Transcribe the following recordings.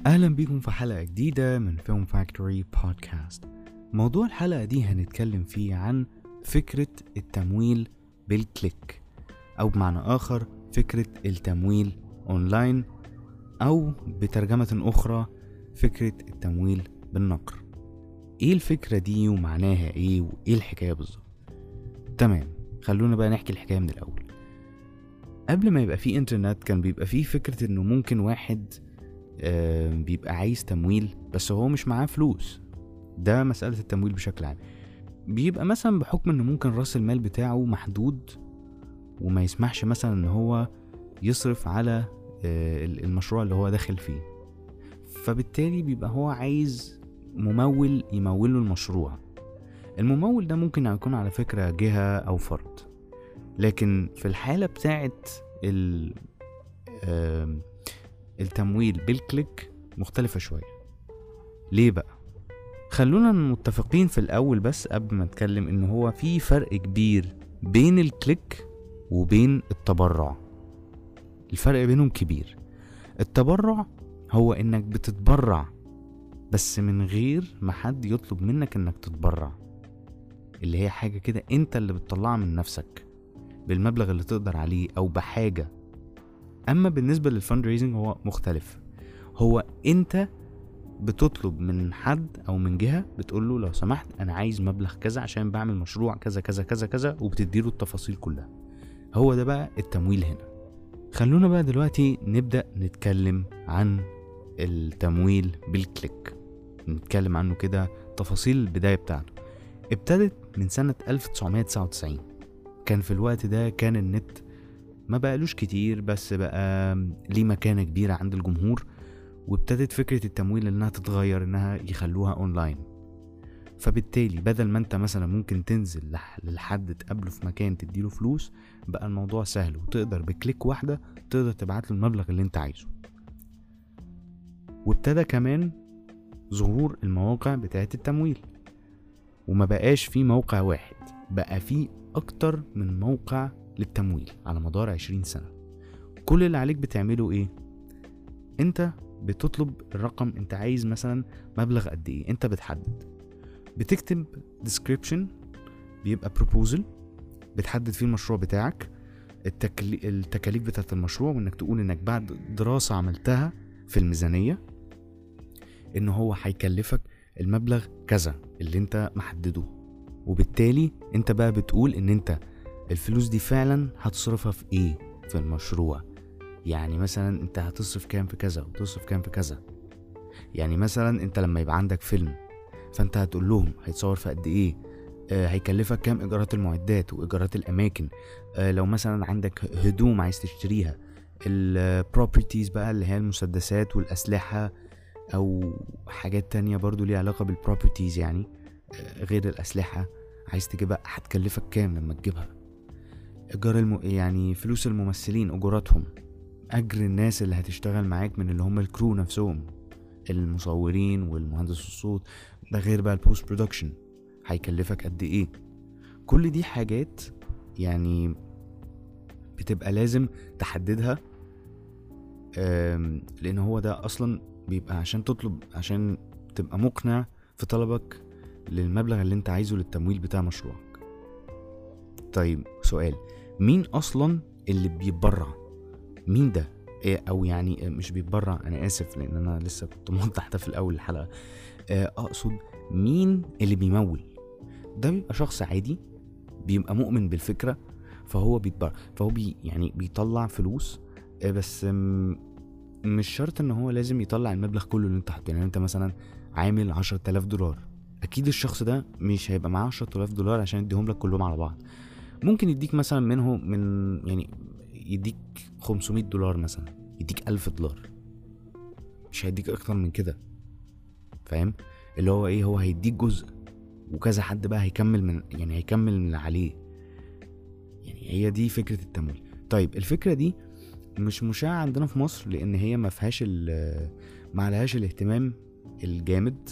أهلا بيكم في حلقة جديدة من فيلم فاكتوري بودكاست. موضوع الحلقة دي هنتكلم فيه عن فكرة التمويل بالكليك، أو بمعنى آخر فكرة التمويل أونلاين، أو بترجمة أخرى فكرة التمويل بالنقر. إيه الفكرة دي ومعناها إيه وإيه الحكاية بالظبط؟ تمام، خلونا بقى نحكي الحكاية من الأول. قبل ما يبقى فيه إنترنت كان بيبقى فيه فكرة إنه ممكن واحد بيبقى عايز تمويل بس هو مش معاه فلوس. ده مسألة التمويل بشكل عام، بيبقى مثلا بحكم انه ممكن راس المال بتاعه محدود وما يسمحش مثلا ان هو يصرف على المشروع اللي هو داخل فيه، فبالتالي بيبقى هو عايز ممول يموله المشروع. الممول ده ممكن يكون على فكرة جهة او فرد، لكن في الحالة بتاعت التمويل بالكليك مختلفة شوية. ليه بقى؟ خلونا متفقين في الأول بس قبل ما نتكلم إن هو في فرق كبير بين الكليك وبين التبرع. الفرق بينهم كبير. التبرع هو إنك بتتبرع بس من غير ما حد يطلب منك إنك تتبرع، اللي هي حاجة كده أنت اللي بتطلعها من نفسك بالمبلغ اللي تقدر عليه أو بحاجة. أما بالنسبة للفاندريزنج هو مختلف، هو أنت بتطلب من حد او من جهة، بتقوله لو سمحت انا عايز مبلغ كذا عشان بعمل مشروع كذا كذا كذا كذا، وبتديله التفاصيل كلها. هو ده بقى التمويل هنا. خلونا بقى دلوقتي نبدأ نتكلم عن التمويل بالكليك، نتكلم عنه كده تفاصيل البداية بتاعته. ابتدت من سنة 1999. كان في الوقت ده كان النت ما بقالوش كتير بس بقى ليه مكانة كبيرة عند الجمهور، وابتدت فكرة التمويل انها تتغير، انها يخلوها اونلاين. فبالتالي بدل ما انت مثلا ممكن تنزل لحد تقابله في مكان تديله فلوس، بقى الموضوع سهل وتقدر بكليك واحدة تقدر تبعت له المبلغ اللي انت عايزه. وابتدى كمان ظهور المواقع بتاعة التمويل، وما بقاش في موقع واحد، بقى في اكتر من موقع للتمويل على مدار 20 سنة. كل اللي عليك بتعمله ايه؟ انت بتطلب الرقم، انت عايز مثلا مبلغ قد ايه، انت بتحدد، بتكتب description، بيبقى proposal بتحدد فيه المشروع بتاعك، التكاليف بتاعت المشروع، وانك تقول انك بعد دراسة عملتها في الميزانية ان هو هيكلفك المبلغ كذا اللي انت محدده. وبالتالي انت بقى بتقول ان انت الفلوس دي فعلا هتصرفها في ايه في المشروع. يعني مثلا انت هتصرف كام في كذا وتصرف كام في كذا. يعني مثلا انت لما يبقى عندك فيلم فانت هتقول لهم هيتصور في قد ايه، هيكلفك كام ايجارات المعدات وايجارات الاماكن، لو مثلا عندك هدوم عايز تشتريها، البروبرتيز بقى اللي هي المسدسات والاسلحة او حاجات تانية برضو ليها علاقة بالبروبرتيز، يعني غير الاسلحة عايز تجيبها هتكلفك كام لما تجيبها، ايجار يعني فلوس الممثلين اجوراتهم، اجر الناس اللي هتشتغل معاك من اللي هم الكرو نفسهم، المصورين والمهندس الصوت، ده غير بقى البوست برودكشن هيكلفك قد ايه. كل دي حاجات يعني بتبقى لازم تحددها، لان هو ده اصلا بيبقى عشان تطلب، عشان تبقى مقنع في طلبك للمبلغ اللي انت عايزه للتمويل بتاع مشروعك. طيب سؤال، مين اصلا اللي بيتبرع؟ مين ده؟ او يعني مش بيتبرع، انا اسف لان انا لسه كنت موضح ده في الاول الحلقة. اقصد مين اللي بيمول؟ ده بيبقى شخص عادي بيبقى مؤمن بالفكرة، فهو بيتبرع، فهو يعني بيطلع فلوس، بس مش شرط ان هو لازم يطلع المبلغ كله اللي انت حاطه. يعني انت مثلا عامل 10,000 دولار، اكيد الشخص ده مش هيبقى معاه 10,000 دولار عشان يديهم لك كلهم على بعض. ممكن يديك مثلا منهم يعني يديك 500 دولار مثلا، يديك 1000 دولار، مش هيديك اكتر من كده. فاهم اللي هو ايه؟ هو هيديك جزء وكذا حد بقى هيكمل من اللي عليه. يعني هي دي فكرة التمويل. طيب الفكرة دي مش مشاعة عندنا في مصر لان هي ما فيهاش ما لهاش الاهتمام الجامد.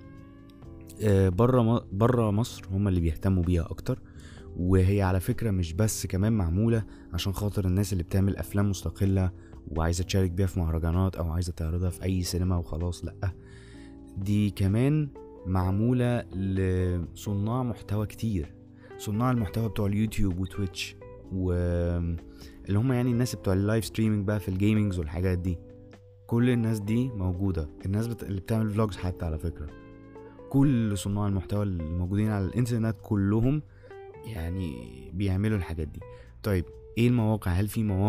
بره مصر هم اللي بيهتموا بيها اكتر، وهي على فكرة مش بس كمان معمولة عشان خاطر الناس اللي بتعمل افلام مستقلة وعايزة تشارك بيها في مهرجانات او عايزة تعرضها في اي سينما وخلاص. لأ، دي كمان معمولة لصناع محتوى كتير، صناع المحتوى بتوع اليوتيوب وتويتش اللي هم يعني الناس بتوع اللايف ستريمينج بقى في الجيمينجز والحاجات دي. كل الناس دي موجودة، الناس اللي بتعمل فلوجز حتى على فكرة، كل صناع المحتوى الموجودين على الانترنت كلهم يعني بيعملوا الحاجات دي. طيب ايه المواقع؟ هل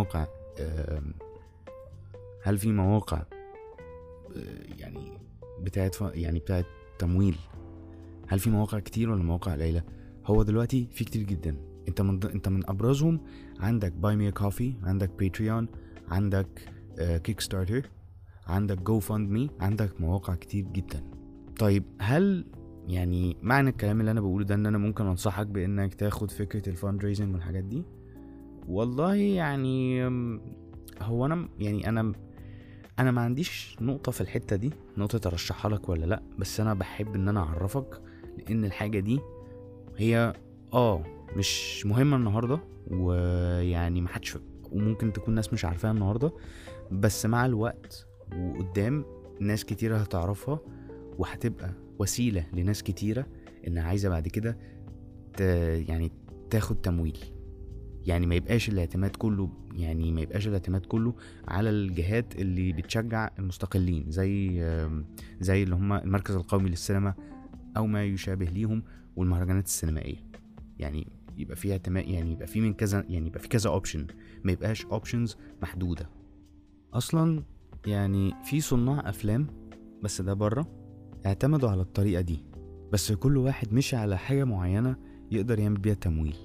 في مواقع يعني بتاعت تمويل؟ هل في مواقع كتير ولا مواقع قليلة؟ هو دلوقتي في كتير جدا. انت من ابرزهم عندك باي مي كوفي، عندك باتريون، عندك كيك ستارتر، عندك جو فاند مي، عندك مواقع كتير جدا. طيب هل يعني معنى الكلام اللي انا بقوله ده ان انا ممكن انصحك بانك تاخد فكرة الفاند ريزنج والحاجات دي؟ والله يعني هو انا ما عنديش نقطة في الحتة دي، نقطة ارشحها لك ولا لا، بس انا بحب ان انا اعرفك لان الحاجة دي هي مش مهمة النهاردة، ويعني محدش، وممكن تكون ناس مش عارفاها النهاردة، بس مع الوقت وقدام ناس كتيرة هتعرفها، وهتبقى وسيلة لناس كتيرة انها عايزة بعد كده يعني تاخد تمويل. يعني ما يبقاش الاعتماد كله على الجهات اللي بتشجع المستقلين زي اللي هم المركز القومي للسينما او ما يشابه ليهم والمهرجانات السينمائية. يعني يبقى فيها يبقى في من كذا، يعني يبقى في كذا اوبشن، ما يبقاش اوبشنز محدودة. اصلا يعني في صناع افلام بس ده بره اعتمدوا على الطريقة دي، بس كل واحد مشي على حاجة معينة يقدر يعمل بيها تمويل.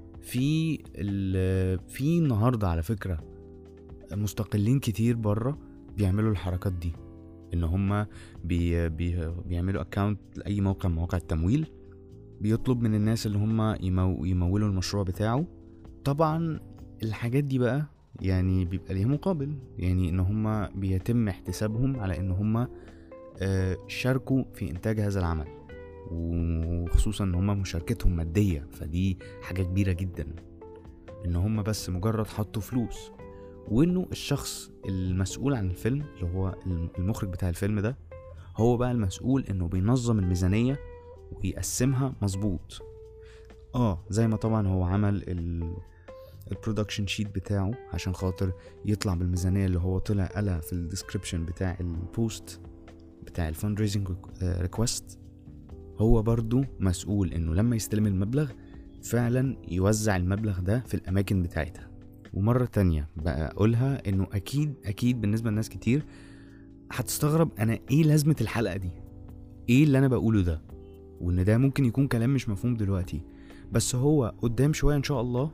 في النهاردة على فكرة مستقلين كتير بره بيعملوا الحركات دي، ان هما بيعملوا اكاونت لاي موقع من مواقع التمويل، بيطلب من الناس اللي هما يمولوا المشروع بتاعه. طبعا الحاجات دي بقى يعني بيبقى ليها مقابل، يعني ان هما بيتم احتسابهم على ان هما شاركوا في انتاج هذا العمل، وخصوصا ان هما مشاركتهم مادية، فدي حاجة كبيرة جدا. ان هما بس مجرد حطوا فلوس، وانه الشخص المسؤول عن الفيلم اللي هو المخرج بتاع الفيلم ده هو بقى المسؤول انه بينظم الميزانية ويقسمها مظبوط. زي ما طبعا هو عمل البرودكشن شيت بتاعه عشان خاطر يطلع بالميزانية اللي هو طلع قالها في الديسكريبشن بتاع البوست بتاع الفاندريزنج ريكوست. هو برضو مسؤول انه لما يستلم المبلغ فعلا يوزع المبلغ ده في الاماكن بتاعتها. ومرة تانية بقى اقولها انه اكيد بالنسبة لناس كتير هتستغرب انا ايه لازمة الحلقة دي، ايه اللي انا بقوله ده، وان ده ممكن يكون كلام مش مفهوم دلوقتي، بس هو قدام شوية ان شاء الله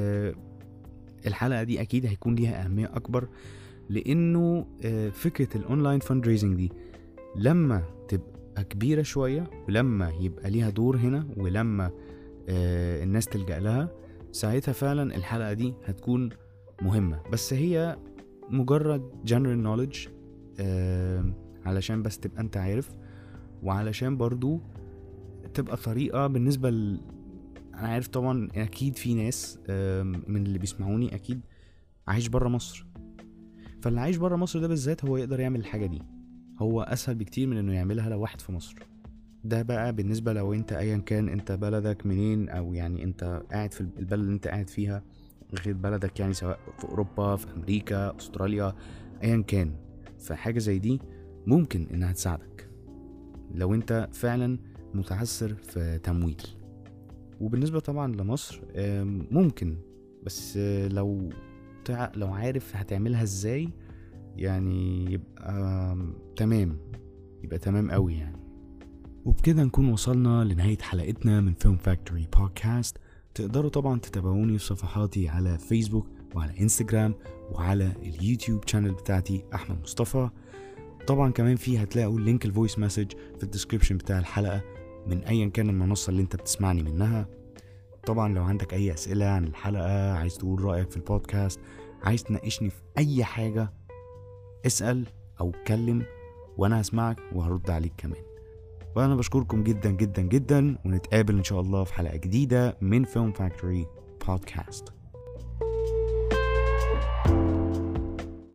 الحلقة دي اكيد هيكون ليها اهمية اكبر، لانه فكرة الاونلاين فاندريزنج دي لما تبقى كبيرة شوية، ولما يبقى ليها دور هنا، ولما الناس تلجأ لها، ساعتها فعلا الحلقة دي هتكون مهمة. بس هي مجرد general knowledge علشان بس تبقى انت عارف، وعلشان برضو تبقى طريقة بالنسبة انا عارف طبعا اكيد في ناس من اللي بيسمعوني اكيد عايش برا مصر، فاللي عايش برا مصر ده بالذات هو يقدر يعمل الحاجة دي، هو اسهل بكتير من انه يعملها لو واحد في مصر. ده بقى بالنسبة لو انت ايا كان انت بلدك منين، او يعني انت قاعد في البلد اللي انت قاعد فيها غير بلدك، يعني سواء في اوروبا، في امريكا، استراليا، ايا كان، فحاجة زي دي ممكن انها تساعدك لو انت فعلا متعثر في تمويل. وبالنسبة طبعا لمصر ممكن، بس لو عارف هتعملها ازاي يعني يبقى تمام قوي يعني. وبكده نكون وصلنا لنهاية حلقتنا من فيلم فاكتوري بودكاست. تقدروا طبعا تتابعوني في صفحاتي على فيسبوك وعلى انستجرام وعلى اليوتيوب channel بتاعتي احمد مصطفى. طبعا كمان فيه هتلاقوا لينك الفويس مسج في الديسكريبشن بتاع الحلقة من ايا كان المنصة اللي انت بتسمعني منها. طبعا لو عندك اي اسئلة عن الحلقة، عايز تقول رأيك في البودكاست، عايز تناقشني في اي حاجة، اسأل او اتكلم وانا هسمعك وهرد عليك كمان. وانا بشكركم جدا جدا جدا، ونتقابل ان شاء الله في حلقة جديدة من فيلم فاكتوري بودكاست.